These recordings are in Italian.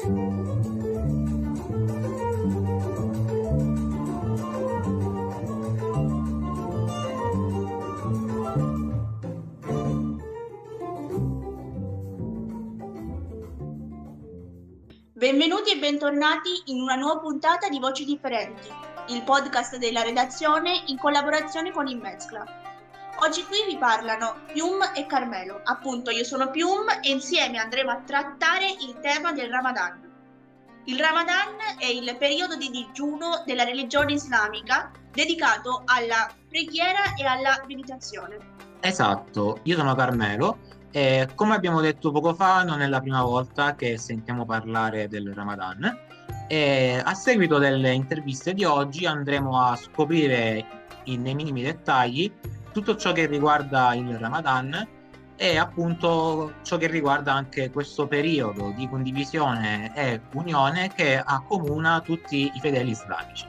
Benvenuti e bentornati in una nuova puntata di Voci Differenti, il podcast della redazione in collaborazione con Immezcla. Oggi qui vi parlano Pium e Carmelo. Appunto, io sono Pium e insieme andremo a trattare il tema del Ramadan. Il Ramadan è il periodo di digiuno della religione islamica dedicato alla preghiera e alla meditazione. Esatto, io sono Carmelo e come abbiamo detto poco fa non è la prima volta che sentiamo parlare del Ramadan e a seguito delle interviste di oggi andremo a scoprire nei minimi dettagli tutto ciò che riguarda il Ramadan e appunto ciò che riguarda anche questo periodo di condivisione e unione che accomuna tutti i fedeli islamici.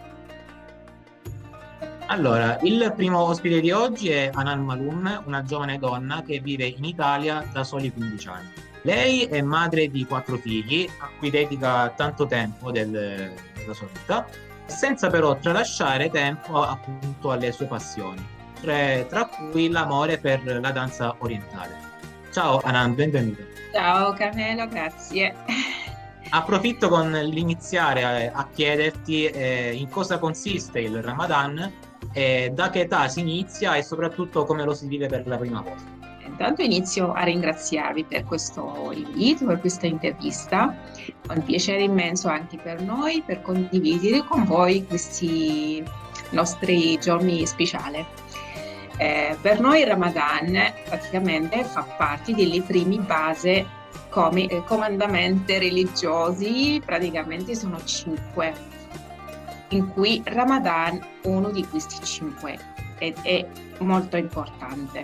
Allora, il primo ospite di oggi è Anan Maloum, una giovane donna che vive in Italia da soli 15 anni. Lei è madre di 4 figli, a cui dedica tanto tempo della sua vita, senza però tralasciare tempo appunto alle sue passioni, tra cui l'amore per la danza orientale. Ciao Anan, benvenuta. Ciao Carmelo, grazie. Approfitto con l'iniziare a chiederti in cosa consiste il Ramadan, da che età si inizia e soprattutto come lo si vive per la prima volta. Intanto inizio a ringraziarvi per questo invito, per questa intervista. È un piacere immenso anche per noi, per condividere con voi questi nostri giorni speciali. Per noi il Ramadan praticamente fa parte delle prime basi come comandamenti religiosi, praticamente sono 5. In cui Ramadan uno di questi 5 ed è molto importante.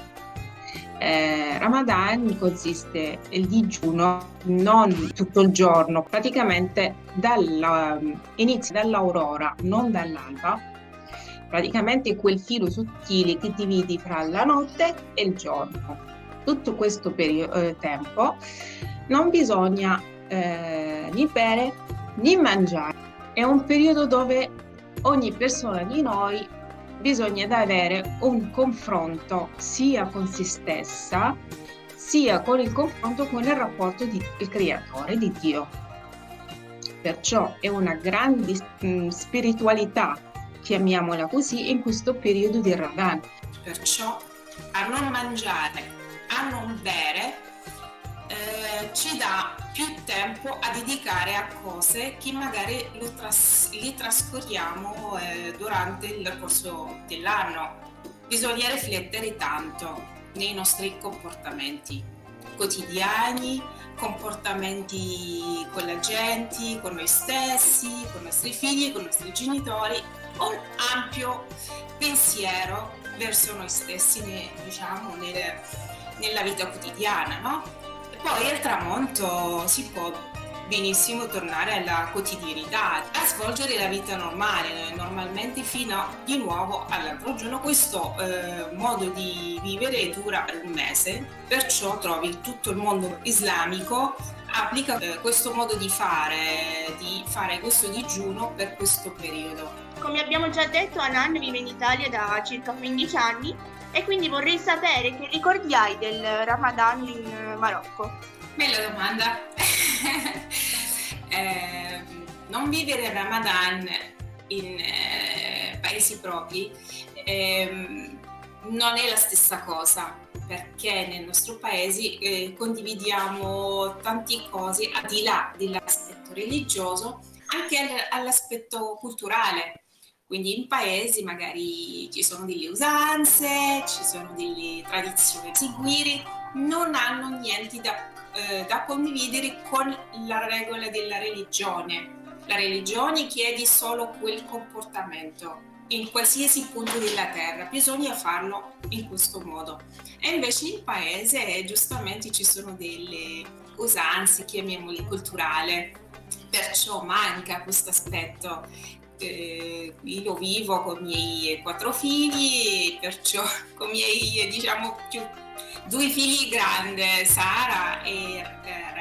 Ramadan consiste il digiuno non tutto il giorno, praticamente inizia dall'aurora, non dall'alba, praticamente quel filo sottile che divide fra la notte e il giorno. Tutto questo tempo non bisogna né bere né mangiare. È un periodo dove ogni persona di noi bisogna avere un confronto sia con se stessa, sia con il confronto con il rapporto del creatore, di Dio. Perciò è una grande spiritualità, chiamiamola così, in questo periodo di Ramadan. Perciò a non mangiare, a non bere, ci dà più tempo a dedicare a cose che magari li trascorriamo durante il corso dell'anno. Bisogna riflettere tanto nei nostri comportamenti quotidiani, comportamenti con la gente, con noi stessi, con i nostri figli, con i nostri genitori, un ampio pensiero verso noi stessi, nella vita quotidiana, no? Poi al tramonto si può benissimo tornare alla quotidianità, a svolgere la vita normale, normalmente fino di nuovo all'altro giorno. Questo modo di vivere dura un mese, perciò trovi tutto il mondo islamico applica questo modo di fare questo digiuno per questo periodo. Come abbiamo già detto, Anan vive in Italia da circa 15 anni e quindi vorrei sapere che ricordi hai del Ramadan in Marocco. Bella domanda. Non vivere il Ramadan in paesi propri non è la stessa cosa, perché nel nostro paese condividiamo tante cose al di là dell'aspetto religioso, anche all'aspetto culturale. Quindi in paesi magari ci sono delle usanze, ci sono delle tradizioni da seguire, non hanno niente da condividere con la regola della religione. La religione chiede solo quel comportamento in qualsiasi punto della terra, bisogna farlo in questo modo. E invece in paese giustamente ci sono delle usanze, chiamiamole culturali, perciò manca questo aspetto. Io lo vivo con i miei 4 figli, perciò con i miei 2 figli grandi, Sara e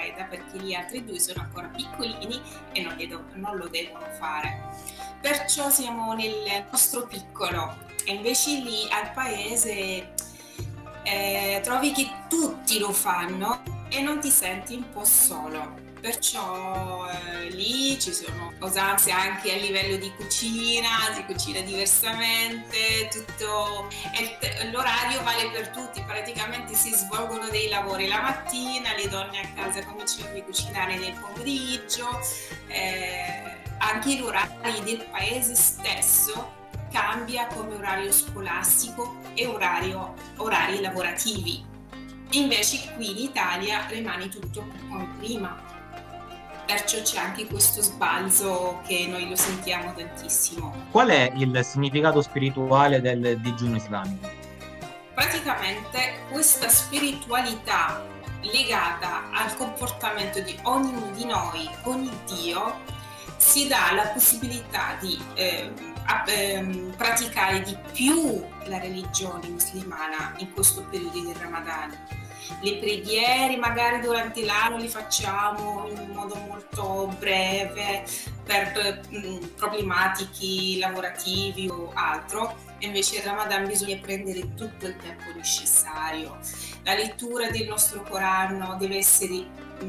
preda, perché gli altri due sono ancora piccolini e non lo devono fare. Perciò siamo nel nostro piccolo, e invece lì al paese trovi che tutti lo fanno e non ti senti un po' solo. Perciò lì ci sono usanze anche a livello di cucina, si cucina diversamente, l'orario vale per tutti, praticamente si svolgono dei lavori la mattina, le donne a casa cominciano a cucinare nel pomeriggio, anche l'orario del paese stesso cambia come orario scolastico e orari lavorativi. Invece qui in Italia rimane tutto come prima. Perciò c'è anche questo sbalzo che noi lo sentiamo tantissimo. Qual è il significato spirituale del digiuno islamico? Praticamente questa spiritualità legata al comportamento di ognuno di noi con il Dio si dà la possibilità di praticare di più la religione musulmana in questo periodo del Ramadan. Le preghiere magari durante l'anno le facciamo in un modo molto breve per problematiche lavorativi o altro, e invece il Ramadan bisogna prendere tutto il tempo necessario. La lettura del nostro Corano deve essere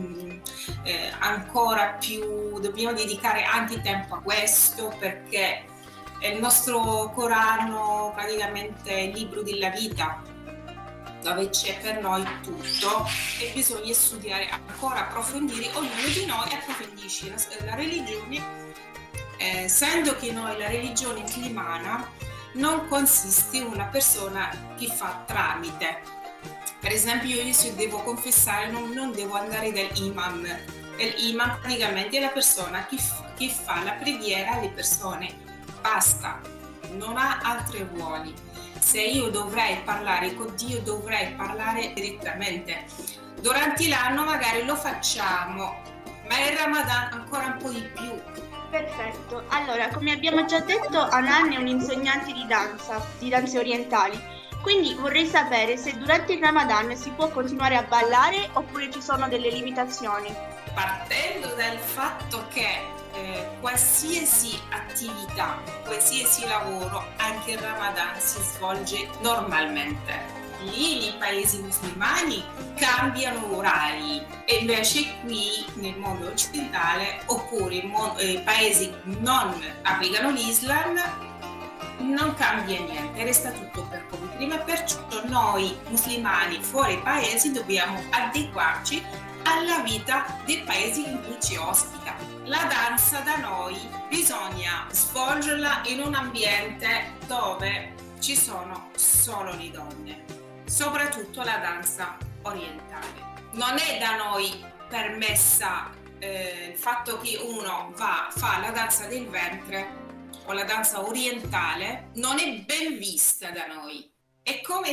ancora più, dobbiamo dedicare anche tempo a questo, perché il nostro Corano praticamente è il libro della vita, dove c'è per noi tutto, e bisogna studiare ancora, approfondire. Ognuno di noi approfondisce la religione, essendo che noi la religione musulmana non consiste in una persona che fa tramite. Per esempio io se devo confessare non devo andare dall'imam. L'imam praticamente è la persona che fa la preghiera alle persone, basta, non ha altri ruoli. Se io dovrei parlare con Dio, dovrei parlare direttamente. Durante l'anno magari lo facciamo, ma il Ramadan ancora un po' di più. Perfetto. Allora, come abbiamo già detto, Hanan è un insegnante di danze orientali. Quindi vorrei sapere se durante il Ramadan si può continuare a ballare oppure ci sono delle limitazioni. Partendo dal fatto che qualsiasi attività, qualsiasi lavoro, anche il Ramadan si svolge normalmente. Lì nei paesi musulmani cambiano orari, e invece qui nel mondo occidentale, oppure in paesi non applicano l'Islam, non cambia niente, resta tutto per come prima. Perciò noi musulmani fuori paesi dobbiamo adeguarci alla vita dei paesi in cui ci ospita. La danza da noi bisogna svolgerla in un ambiente dove ci sono solo le donne, soprattutto la danza orientale. Non è da noi permessa il fatto che uno fa la danza del ventre o la danza orientale, non è ben vista da noi. È come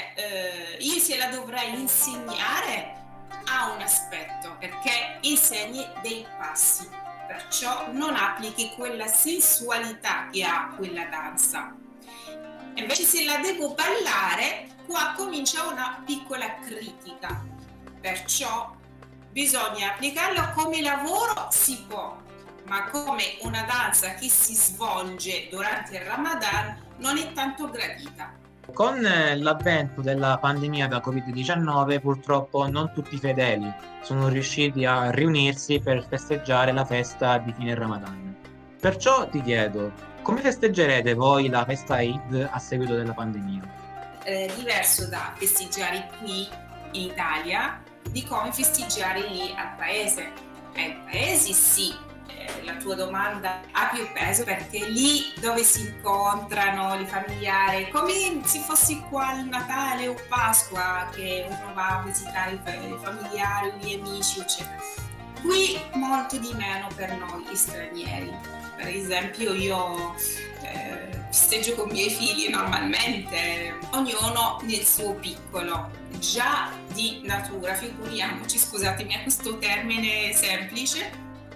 se io se la dovrei insegnare a un aspetto, perché insegni dei passi, perciò non applichi quella sensualità che ha quella danza. Invece se la devo ballare, qua comincia una piccola critica, perciò bisogna applicarla come lavoro, si può, ma come una danza che si svolge durante il Ramadan non è tanto gradita. Con l'avvento della pandemia da Covid-19, purtroppo non tutti i fedeli sono riusciti a riunirsi per festeggiare la festa di fine Ramadan. Perciò ti chiedo, come festeggerete voi la festa Eid a seguito della pandemia? Diverso da festeggiare qui in Italia di come festeggiare lì al paese. Ai paesi sì. La tua domanda ha più peso, perché lì dove si incontrano i familiari, come se fosse qua il Natale o Pasqua, che uno va a visitare i familiari, gli amici, eccetera. Qui molto di meno per noi stranieri. Per esempio io festeggio con i miei figli normalmente, ognuno nel suo piccolo, già di natura, figuriamoci, scusatemi a questo termine semplice,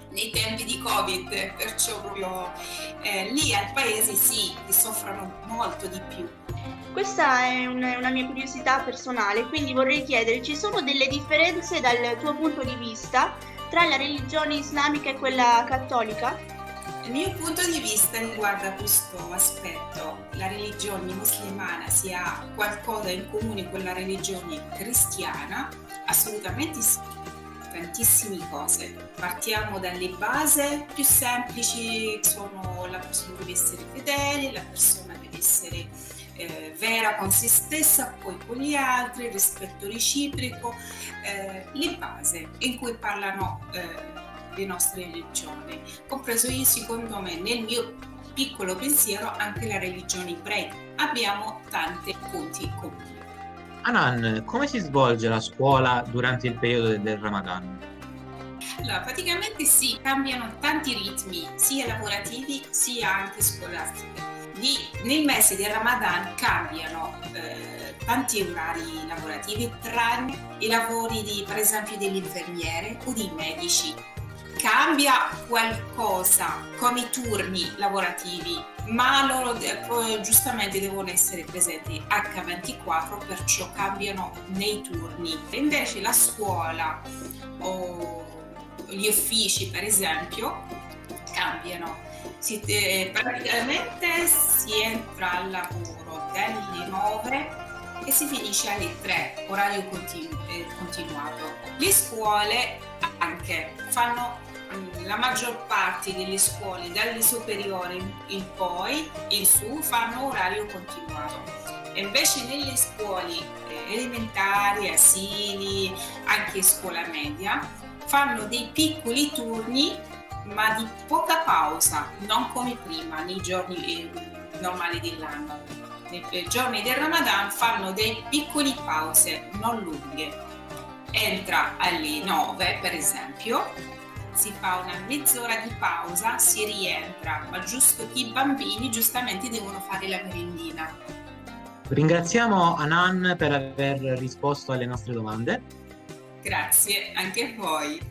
nei tempi di Covid, perciò proprio lì al paese sì, che soffrono molto di più. Questa è una mia curiosità personale, quindi vorrei chiedere, ci sono delle differenze dal tuo punto di vista tra la religione islamica e quella cattolica? Il mio punto di vista riguarda questo aspetto: la religione musulmana si ha qualcosa in comune con la religione cristiana? Assolutamente sì, tantissime cose. Partiamo dalle basi più semplici, sono la persona deve essere fedele, la persona deve essere vera con se stessa, poi con gli altri, il rispetto reciproco, le basi in cui parlano le nostre religioni, compreso io, secondo me, nel mio piccolo pensiero, anche la religione ebraica. Abbiamo tanti punti comuni. Hanan, come si svolge la scuola durante il periodo del Ramadan? Allora, praticamente sì, cambiano tanti ritmi, sia lavorativi sia anche scolastici. Nel mese del Ramadan cambiano tanti orari lavorativi, tranne i lavori per esempio delle infermiere o dei medici. Cambia qualcosa come i turni lavorativi, ma loro giustamente devono essere presenti H24, perciò cambiano nei turni. Invece la scuola o gli uffici, per esempio, cambiano. Praticamente si entra al lavoro dalle 9 e si finisce alle 3, orario continuato. Le scuole anche fanno, la maggior parte delle scuole dalle superiori in poi in su fanno orario continuato, e invece nelle scuole elementari, asili, anche scuola media fanno dei piccoli turni ma di poca pausa, non come prima nei giorni normali dell'anno. Nei giorni del Ramadan fanno delle piccole pause, non lunghe. Entra alle 9 per esempio, si fa una mezz'ora di pausa, si rientra, ma giusto che i bambini giustamente devono fare la merendina. Ringraziamo Hanan per aver risposto alle nostre domande. Grazie, anche a voi.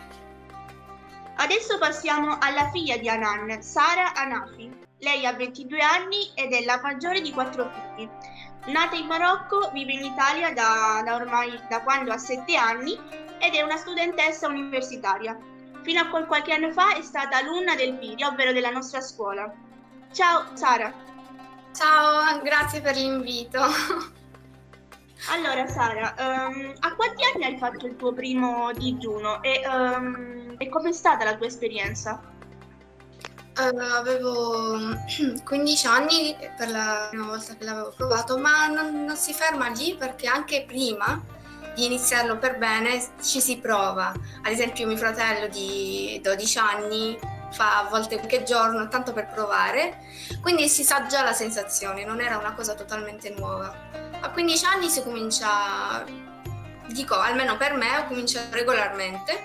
Adesso passiamo alla figlia di Hanan, Sara Hanafi. Lei ha 22 anni ed è la maggiore di 4 figli. Nata in Marocco, vive in Italia da quando ha 7 anni ed è una studentessa universitaria. Fino a qualche anno fa è stata alunna del PIRI, ovvero della nostra scuola. Ciao Sara. Ciao, grazie per l'invito. Allora Sara, a quanti anni hai fatto il tuo primo digiuno e com'è stata la tua esperienza? Avevo 15 anni per la prima volta che l'avevo provato, ma non si ferma lì, perché anche prima di iniziarlo per bene ci si prova. Ad esempio mio fratello di 12 anni fa a volte qualche giorno tanto per provare, quindi si sa già la sensazione, non era una cosa totalmente nuova. A 15 anni si comincia, dico almeno per me, ho cominciato regolarmente.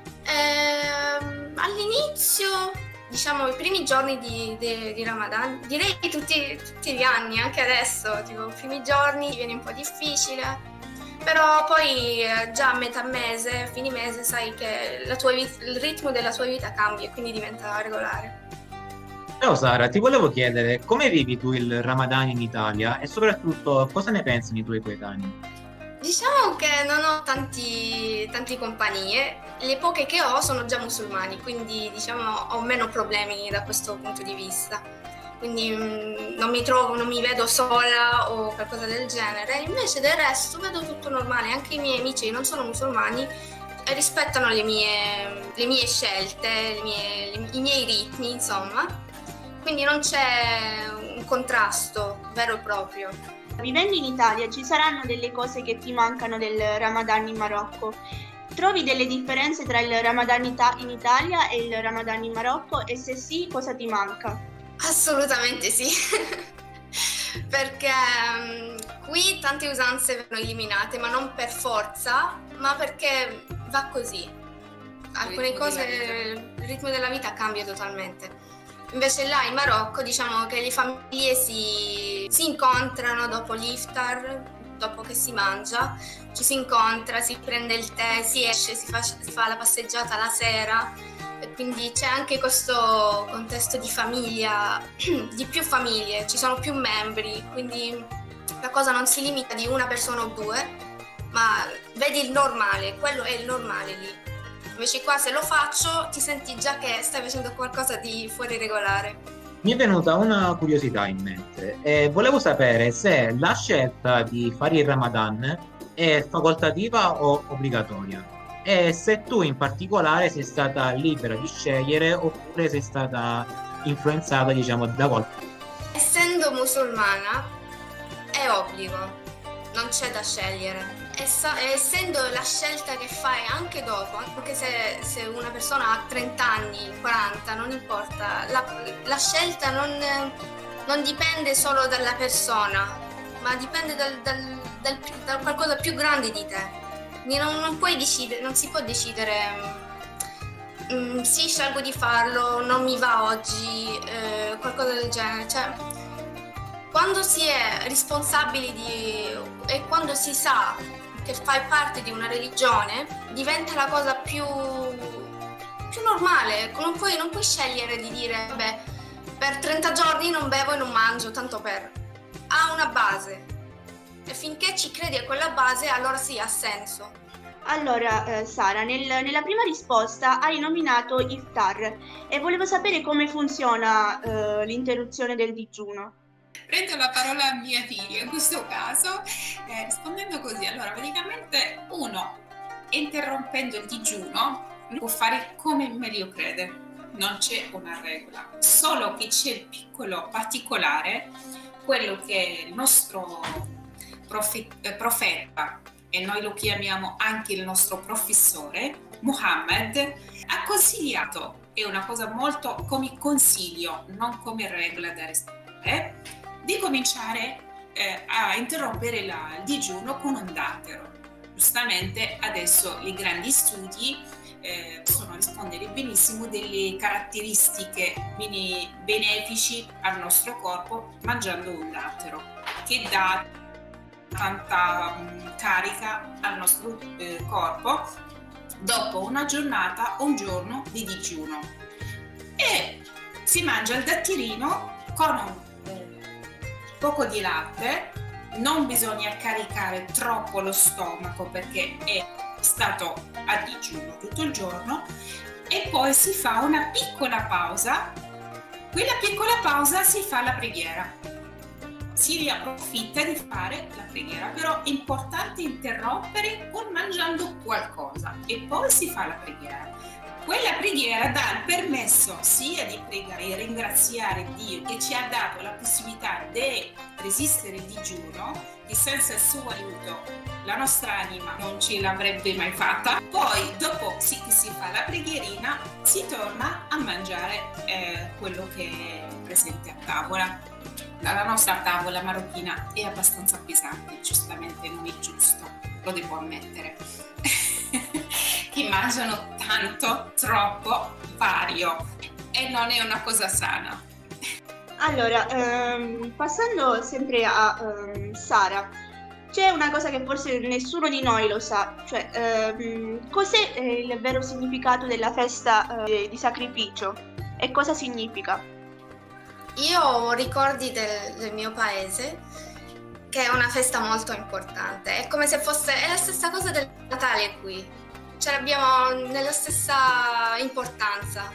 All'inizio, diciamo i primi giorni di Ramadan, direi tutti gli anni, anche adesso, tipo i primi giorni viene un po' difficile, però poi già a metà mese, fine mese, sai che il ritmo della tua vita cambia e quindi diventa regolare. Ciao Sara, ti volevo chiedere come vivi tu il Ramadan in Italia e soprattutto cosa ne pensano i tuoi coetanei? Diciamo che non ho tanti compagnie, le poche che ho sono già musulmani, quindi diciamo ho meno problemi da questo punto di vista. Quindi non mi vedo sola o qualcosa del genere. Invece del resto vedo tutto normale, anche i miei amici che non sono musulmani rispettano le mie scelte, i miei ritmi, insomma. Quindi non c'è un contrasto vero e proprio. Vivendo in Italia ci saranno delle cose che ti mancano del Ramadan in Marocco. Trovi delle differenze tra il Ramadan in Italia e il Ramadan in Marocco, e se sì, cosa ti manca? Assolutamente sì, perché qui tante usanze vengono eliminate, ma non per forza, ma perché va così. Alcune cose, il ritmo della vita cambia totalmente. Invece là in Marocco diciamo che le famiglie si incontrano dopo l'iftar, dopo che si mangia, ci si incontra, si prende il tè, si esce, si fa la passeggiata la sera e quindi c'è anche questo contesto di famiglia, di più famiglie, ci sono più membri, quindi la cosa non si limita di una persona o due, ma vedi il normale, quello è il normale lì. Invece qua se lo faccio ti senti già che stai facendo qualcosa di fuori regolare. Mi è venuta una curiosità in mente e volevo sapere se la scelta di fare il Ramadan è facoltativa o obbligatoria e se tu in particolare sei stata libera di scegliere oppure sei stata influenzata, diciamo, da qualcuno. Essendo musulmana è obbligo, non c'è da scegliere. Essendo la scelta che fai anche dopo, anche se una persona ha 30 anni, 40, non importa, la scelta non dipende solo dalla persona, ma dipende da qualcosa più grande di te. Non puoi decidere, non si può decidere sì, scelgo di farlo, non mi va oggi, qualcosa del genere. Cioè, quando si è responsabili e quando si sa che fai parte di una religione, diventa la cosa più normale. Non puoi scegliere di dire, vabbè, per 30 giorni non bevo e non mangio, tanto per. Ha una base. E finché ci credi a quella base, allora sì, ha senso. Allora, Sara, nella prima risposta hai nominato iftar e volevo sapere come funziona l'interruzione del digiuno. Prendo la parola a mia figlia in questo caso, rispondendo così. Allora, praticamente uno, interrompendo il digiuno, può fare come meglio crede, non c'è una regola, solo che c'è il piccolo particolare, quello che il nostro profeta, e noi lo chiamiamo anche il nostro professore, Muhammad, ha consigliato, è una cosa molto come consiglio, non come regola da rispettare, di cominciare a interrompere il digiuno con un dattero. Giustamente adesso i grandi studi possono rispondere benissimo delle caratteristiche benefici al nostro corpo mangiando un dattero, che dà tanta carica al nostro corpo dopo una giornata o un giorno di digiuno. E si mangia il datterino con un poco di latte, non bisogna caricare troppo lo stomaco perché è stato a digiuno tutto il giorno, e poi si fa una piccola pausa. Quella piccola pausa si fa la preghiera, si riapprofitta di fare la preghiera, però è importante interrompere pur mangiando qualcosa e poi si fa la preghiera. Quella preghiera dà il permesso sia di pregare e ringraziare Dio che ci ha dato la possibilità di resistere il digiuno, che senza il suo aiuto la nostra anima non ce l'avrebbe mai fatta. Poi dopo che si fa la preghierina si torna a mangiare quello che è presente a tavola. La nostra tavola marocchina è abbastanza pesante, giustamente non è giusto, lo devo ammettere. Che mangiano tanto, troppo, vario, e non è una cosa sana. Allora, passando sempre a Sara, c'è una cosa che forse nessuno di noi lo sa, cioè cos'è il vero significato della festa di sacrificio e cosa significa? Io ho ricordi del mio paese, che è una festa molto importante, è come se fosse, è la stessa cosa del Natale qui. Ce l'abbiamo nella stessa importanza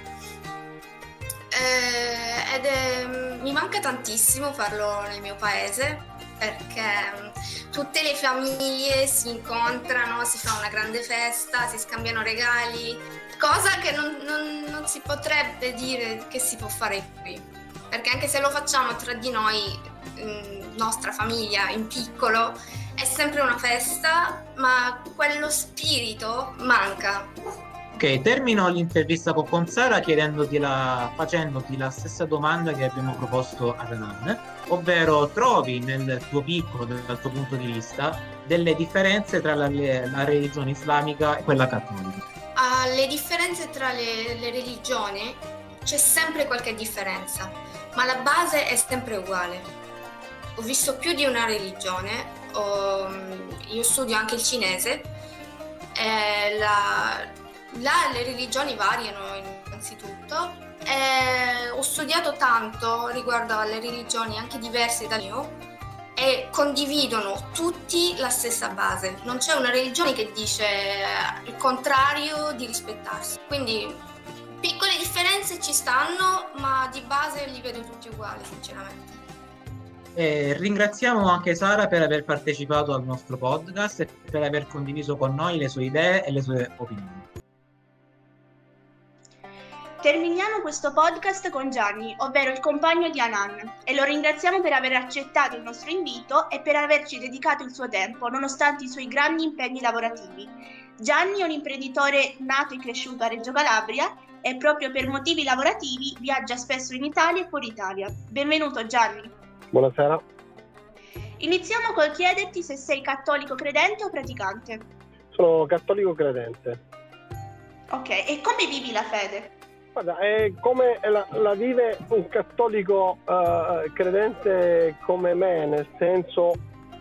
mi manca tantissimo farlo nel mio paese perché tutte le famiglie si incontrano, si fa una grande festa, si scambiano regali, cosa che non si potrebbe dire che si può fare qui, perché anche se lo facciamo tra di noi, nostra famiglia in piccolo, è sempre una festa, ma quello spirito manca. Ok, termino l'intervista con Sara facendoti la stessa domanda che abbiamo proposto a Renan, ovvero trovi nel tuo piccolo, dal tuo punto di vista, delle differenze tra la religione islamica e quella cattolica? Le differenze tra le religioni, c'è sempre qualche differenza, ma la base è sempre uguale. Ho visto più di una religione, io studio anche il cinese, Là le religioni variano innanzitutto. Ho studiato tanto riguardo alle religioni anche diverse dal mio e condividono tutti la stessa base. Non c'è una religione che dice il contrario di rispettarsi. Quindi piccole differenze ci stanno, ma di base li vedo tutti uguali, sinceramente. Ringraziamo anche Sara per aver partecipato al nostro podcast e per aver condiviso con noi le sue idee e le sue opinioni. Terminiamo questo podcast con Gianni, ovvero il compagno di Hanan, e lo ringraziamo per aver accettato il nostro invito e per averci dedicato il suo tempo, nonostante i suoi grandi impegni lavorativi. Gianni è un imprenditore nato e cresciuto a Reggio Calabria e proprio per motivi lavorativi viaggia spesso in Italia e fuori Italia. Benvenuto Gianni. Buonasera. Iniziamo col chiederti se sei cattolico credente o praticante. Sono cattolico credente. Ok, e come vivi la fede? Guarda, è come la vive un cattolico credente come me, nel senso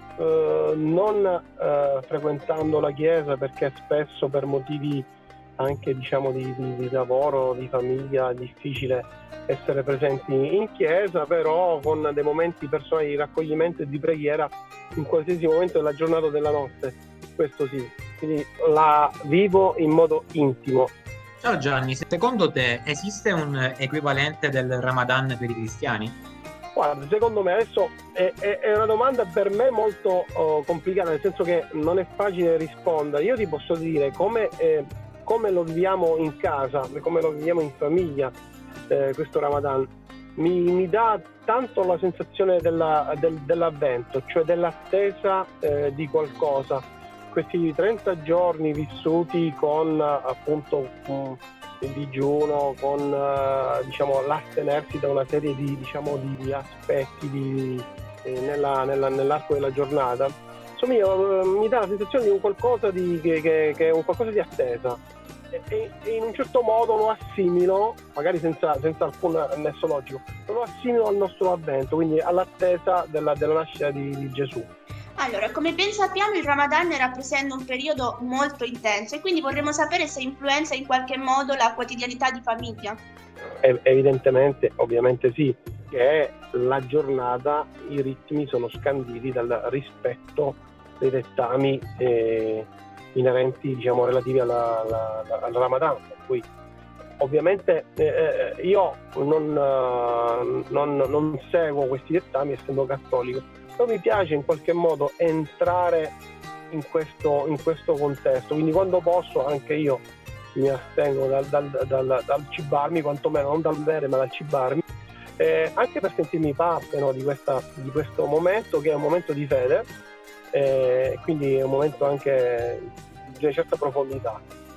non frequentando la chiesa, perché spesso per motivi anche di lavoro, di famiglia, è difficile essere presenti in chiesa, però con dei momenti personali di raccoglimento e di preghiera in qualsiasi momento della giornata o della notte, questo sì, quindi la vivo in modo intimo. Ciao Gianni, secondo te esiste un equivalente del Ramadan per i cristiani? Guarda, secondo me adesso è una domanda per me molto complicata, nel senso che non è facile rispondere. Io ti posso dire come lo viviamo in casa, come lo viviamo in famiglia questo Ramadan. Mi dà tanto la sensazione dell'avvento, cioè dell'attesa di qualcosa. Questi 30 giorni vissuti con appunto il digiuno, con l'astenersi da una serie di aspetti nell'arco della giornata, insomma mi dà la sensazione di un qualcosa che è un qualcosa di attesa e in un certo modo lo assimilo, magari senza alcun nesso logico, lo assimilo al nostro avvento, quindi all'attesa della nascita di Gesù. Allora, come ben sappiamo, il Ramadan rappresenta un periodo molto intenso e quindi vorremmo sapere se influenza in qualche modo la quotidianità di famiglia. Evidentemente, ovviamente sì, che è la giornata, i ritmi sono scanditi dal rispetto dei dettami inerenti, relativi al Ramadan. Per cui ovviamente io non seguo questi dettami essendo cattolico. Mi piace in qualche modo entrare in questo contesto, quindi quando posso anche io mi astengo dal cibarmi, quantomeno non dal bere ma dal cibarmi, anche per sentirmi parte, no, di questo momento che è un momento di fede, quindi è un momento anche di una certa profondità.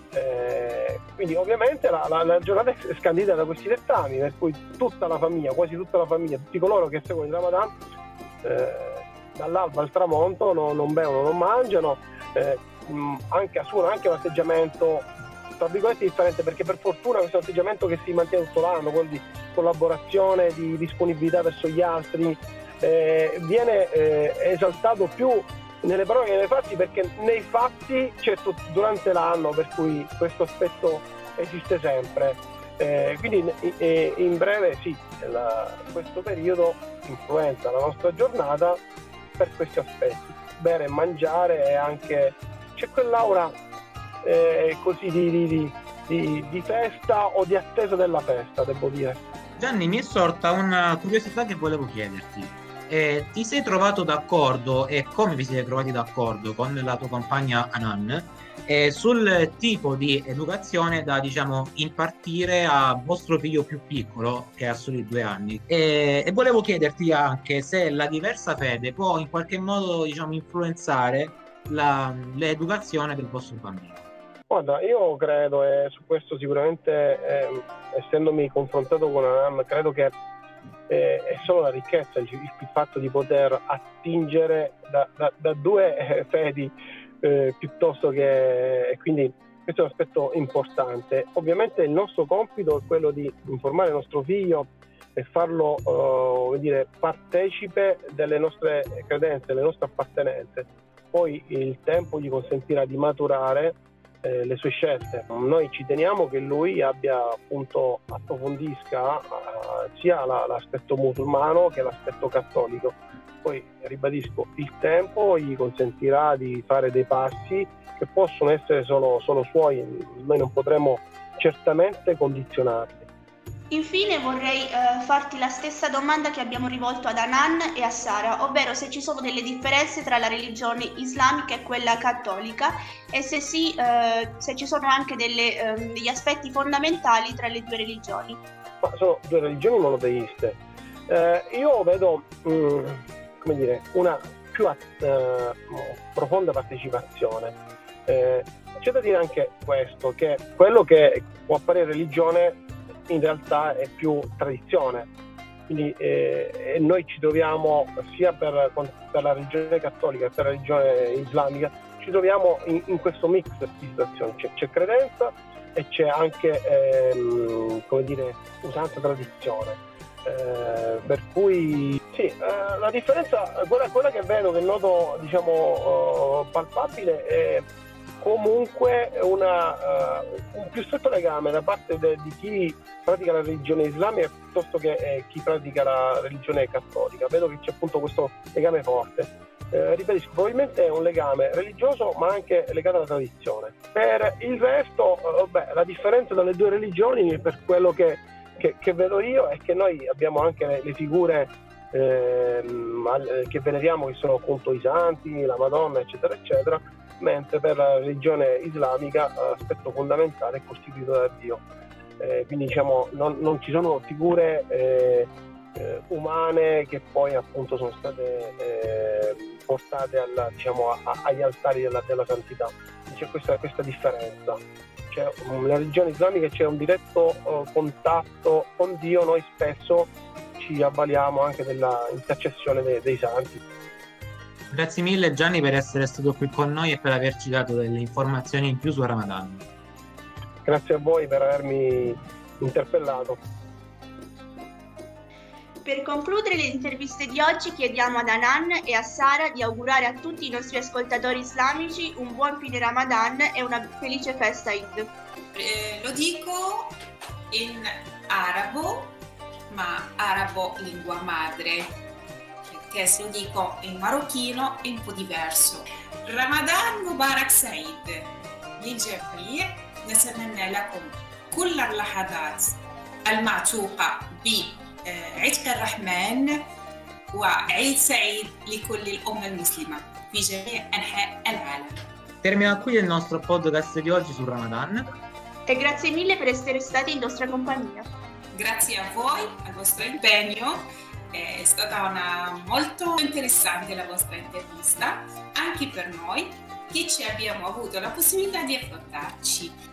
Quindi ovviamente la giornata è scandita da questi dettami, per cui tutta la famiglia, quasi tutta la famiglia, tutti coloro che seguono il Ramadan, dall'alba al tramonto non bevono, non mangiano, assumono anche un atteggiamento tra virgolette differente, perché per fortuna questo è un atteggiamento che si mantiene tutto l'anno, quello di collaborazione, di disponibilità verso gli altri, viene esaltato più nelle parole che nei fatti, perché nei fatti c'è durante l'anno, per cui questo aspetto esiste sempre. Quindi in breve sì, questo periodo influenza la nostra giornata per questi aspetti, bere e mangiare, e anche c'è quell'aura così di festa o di attesa della festa, devo dire. Gianni, mi è sorta una curiosità che volevo chiederti. Ti sei trovato d'accordo, e come vi siete trovati d'accordo con la tua compagna Hanan sul tipo di educazione da impartire a vostro figlio più piccolo, che ha solo 2 anni, e volevo chiederti anche se la diversa fede può in qualche modo influenzare l'educazione del vostro bambino. Guarda, io credo, e su questo sicuramente essendomi confrontato con Hanan, credo che è solo la ricchezza il fatto di poter attingere da 2 fedi piuttosto che, quindi questo è un aspetto importante. Ovviamente il nostro compito è quello di informare il nostro figlio e farlo partecipe delle nostre credenze, delle nostre appartenenze. Poi il tempo gli consentirà di maturare le sue scelte. Noi ci teniamo che lui approfondisca sia l'aspetto musulmano che l'aspetto cattolico. Poi ribadisco, il tempo gli consentirà di fare dei passi che possono essere solo suoi, noi non potremo certamente condizionarli. Infine vorrei farti la stessa domanda che abbiamo rivolto ad Hanan e a Sara, ovvero se ci sono delle differenze tra la religione islamica e quella cattolica e se sì, se ci sono anche degli aspetti fondamentali tra le due religioni. Ma sono due religioni monoteiste. Io vedo una più profonda partecipazione. C'è da dire anche questo, che quello che può apparire religione in realtà è più tradizione, quindi noi ci troviamo sia per la religione cattolica che per la religione islamica, ci troviamo in questo mix di situazioni, c'è credenza e c'è anche usanza tradizione, per cui sì, la differenza, quella che vedo, che noto palpabile, è comunque un più stretto legame da parte di chi pratica la religione islamica piuttosto che chi pratica la religione cattolica. Vedo che c'è appunto questo legame forte. Ripetisco, probabilmente è un legame religioso ma anche legato alla tradizione. Per il resto, la differenza tra le due religioni, per quello che vedo io, è che noi abbiamo anche le figure che veneriamo, che sono appunto i santi, la Madonna, eccetera eccetera, mentre per la religione islamica l'aspetto fondamentale è costituito da Dio. Quindi non ci sono figure umane che poi appunto sono state portate agli altari della santità. C'è questa differenza. Nella religione islamica c'è un diretto contatto con Dio, noi spesso ci avvaliamo anche della intercessione dei santi. Grazie mille Gianni per essere stato qui con noi e per averci dato delle informazioni in più su Ramadan. Grazie a voi per avermi interpellato. Per concludere le interviste di oggi chiediamo ad Hanan e a Sara di augurare a tutti i nostri ascoltatori islamici un buon fine Ramadan e una felice festa Eid. Lo dico in arabo, ma arabo lingua madre, perché se lo dico in marocchino è un po' diverso. Ramadan Mubarak Said للجميع، نتمنى لكم كل اللحظات المعتوقة بعتق الرحمن وعيد سعيد لكل الأمة المسلمة في جميع أنحاء العالم. Termina qui il nostro podcast di oggi su Ramadan. E grazie mille per essere stati in nostra compagnia. Grazie a voi, al vostro impegno. È stata molto interessante la vostra intervista, anche per noi che ci abbiamo avuto la possibilità di affrontarci.